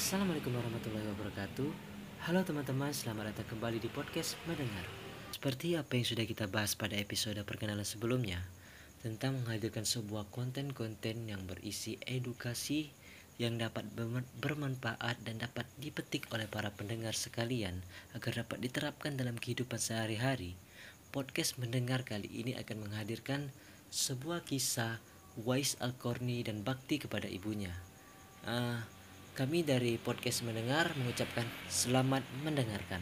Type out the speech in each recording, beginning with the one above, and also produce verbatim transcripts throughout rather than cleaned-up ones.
Assalamualaikum warahmatullahi wabarakatuh. Halo teman-teman, selamat datang kembali di podcast Mendengar. Seperti apa yang sudah kita bahas pada episode perkenalan sebelumnya, tentang menghadirkan sebuah konten-konten yang berisi edukasi yang dapat bermanfaat dan dapat dipetik oleh para pendengar sekalian agar dapat diterapkan dalam kehidupan sehari-hari. Podcast Mendengar kali ini akan menghadirkan sebuah kisah Wais Al-Qarni dan bakti kepada ibunya. Uh, Kami dari podcast Mendengar mengucapkan selamat mendengarkan.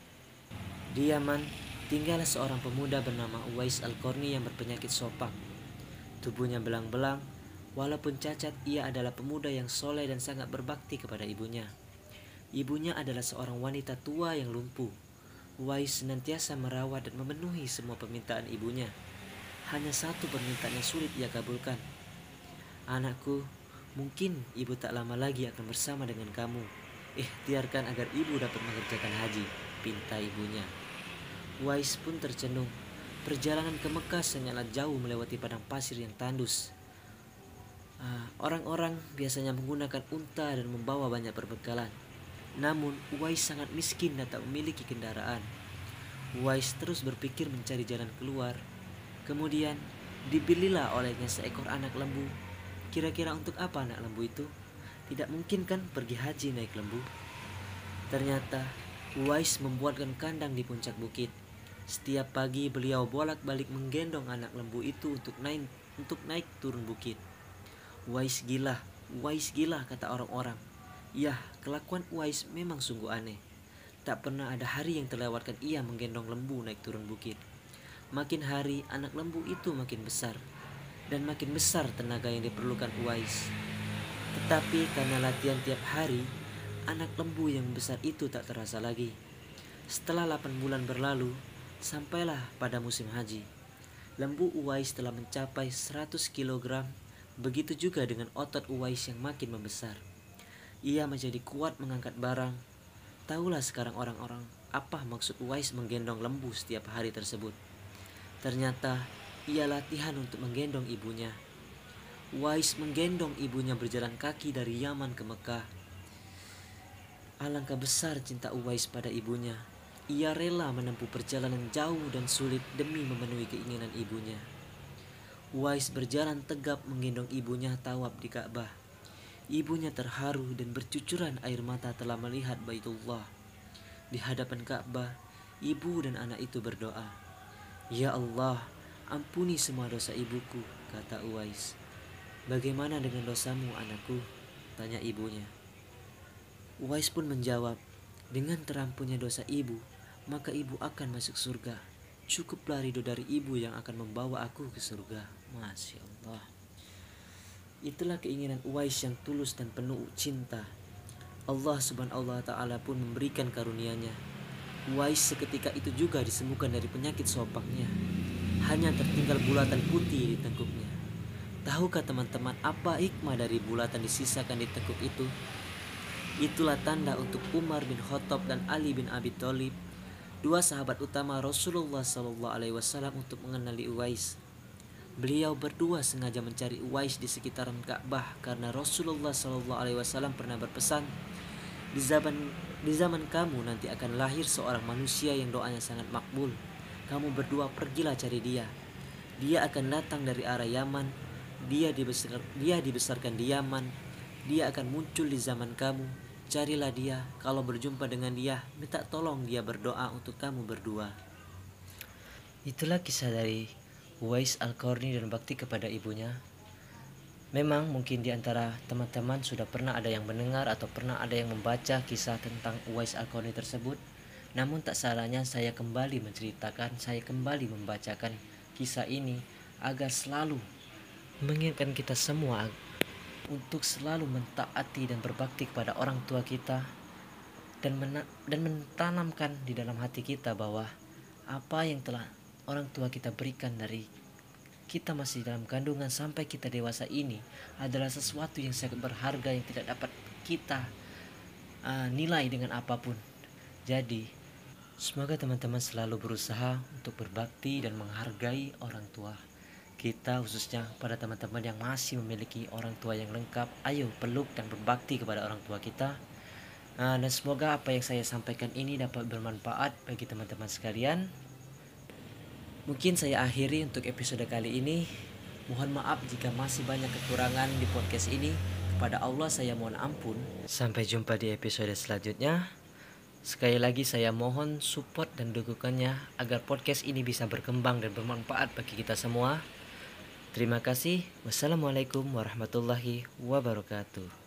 Di Yaman, tinggal seorang pemuda bernama Uwais Al-Qarni yang berpenyakit sopak. Tubuhnya belang-belang, walaupun cacat, ia adalah pemuda yang soleh dan sangat berbakti kepada ibunya. Ibunya adalah seorang wanita tua yang lumpuh. Uwais senantiasa merawat dan memenuhi semua permintaan ibunya. Hanya satu permintaan yang sulit ia kabulkan. "Anakku, mungkin ibu tak lama lagi akan bersama dengan kamu. Ikhtiarkan agar ibu dapat mengerjakan haji," pinta ibunya. Wais pun tercenung. Perjalanan ke Mekah sangatlah jauh melewati padang pasir yang tandus. Uh, orang-orang biasanya menggunakan unta dan membawa banyak perbekalan. Namun Wais sangat miskin dan tak memiliki kendaraan. Wais terus berpikir mencari jalan keluar. Kemudian dibelilah olehnya seekor anak lembu. Kira-kira untuk apa anak lembu itu? Tidak mungkin kan pergi haji naik lembu? Ternyata Uwais membuatkan kandang di puncak bukit. Setiap pagi beliau bolak-balik menggendong anak lembu itu untuk naik untuk naik turun bukit. Uwais gila, Uwais gila, kata orang-orang. Yah, kelakuan Uwais memang sungguh aneh. Tak pernah ada hari yang terlewatkan ia menggendong lembu naik turun bukit. Makin hari anak lembu itu makin besar. Dan makin besar tenaga yang diperlukan Uwais. Tetapi karena latihan tiap hari, anak lembu yang besar itu tak terasa lagi. Setelah delapan bulan berlalu, sampailah pada musim haji. Lembu Uwais telah mencapai seratus kilogram. Begitu juga dengan otot Uwais yang makin membesar. Ia menjadi kuat mengangkat barang. Tahulah sekarang orang-orang apa maksud Uwais menggendong lembu setiap hari tersebut. Ternyata ia latihan untuk menggendong ibunya. Uwais menggendong ibunya berjalan kaki dari Yaman ke Mekah. Alangkah besar cinta Uwais pada ibunya. Ia rela menempuh perjalanan jauh dan sulit demi memenuhi keinginan ibunya. Uwais berjalan tegap menggendong ibunya tawaf di Ka'bah. Ibunya terharu dan bercucuran air mata telah melihat Baitullah. Di hadapan Ka'bah, ibu dan anak itu berdoa, "Ya Allah, ampuni semua dosa ibuku," kata Uwais. "Bagaimana dengan dosamu, anakku?" tanya ibunya. Uwais pun menjawab, "Dengan terampunnya dosa ibu, maka ibu akan masuk surga. Cukuplah ridho dari ibu yang akan membawa aku ke surga." Masya Allah. Itulah keinginan Uwais yang tulus dan penuh cinta. Allah subhanahu wa ta'ala pun memberikan karunia-Nya. Uwais seketika itu juga disembuhkan dari penyakit sopaknya. Hanya tertinggal bulatan putih di tengkuknya. Tahukah teman-teman apa hikmah dari bulatan disisakan di tengkuk itu? Itulah tanda untuk Umar bin Khattab dan Ali bin Abi Thalib, dua sahabat utama Rasulullah shallallahu alaihi wasallam, untuk mengenali Uwais. Beliau berdua sengaja mencari Uwais di sekitaran Ka'bah karena Rasulullah shallallahu alaihi wasallam pernah berpesan, Di zaman, di zaman kamu nanti akan lahir seorang manusia yang doanya sangat makbul. Kamu berdua pergilah cari dia. Dia akan datang dari arah Yaman. Dia, dibesar, dia dibesarkan di Yaman. Dia akan muncul di zaman kamu. Carilah dia. Kalau berjumpa dengan dia, minta tolong dia berdoa untuk kamu berdua. Itulah kisah dari Uwais Al-Qarni dan bakti kepada ibunya. Memang mungkin di antara teman-teman sudah pernah ada yang mendengar atau pernah ada yang membaca kisah tentang Uwais Al-Qarni tersebut. Namun tak salahnya saya kembali menceritakan, saya kembali membacakan kisah ini agar selalu mengingatkan kita semua untuk selalu mentaati dan berbakti kepada orang tua kita, dan mena- dan menanamkan di dalam hati kita bahwa apa yang telah orang tua kita berikan dari kita masih dalam kandungan sampai kita dewasa ini adalah sesuatu yang sangat berharga yang tidak dapat kita uh, nilai dengan apapun. Jadi semoga teman-teman selalu berusaha untuk berbakti dan menghargai orang tua kita, khususnya pada teman-teman yang masih memiliki orang tua yang lengkap. Ayo peluk dan berbakti kepada orang tua kita. Uh, dan semoga apa yang saya sampaikan ini dapat bermanfaat bagi teman-teman sekalian. Mungkin saya akhiri untuk episode kali ini. Mohon maaf jika masih banyak kekurangan di podcast ini. Kepada Allah saya mohon ampun. Sampai jumpa di episode selanjutnya. Sekali lagi saya mohon support dan dukungannya agar podcast ini bisa berkembang dan bermanfaat bagi kita semua. Terima kasih. Wassalamualaikum warahmatullahi wabarakatuh.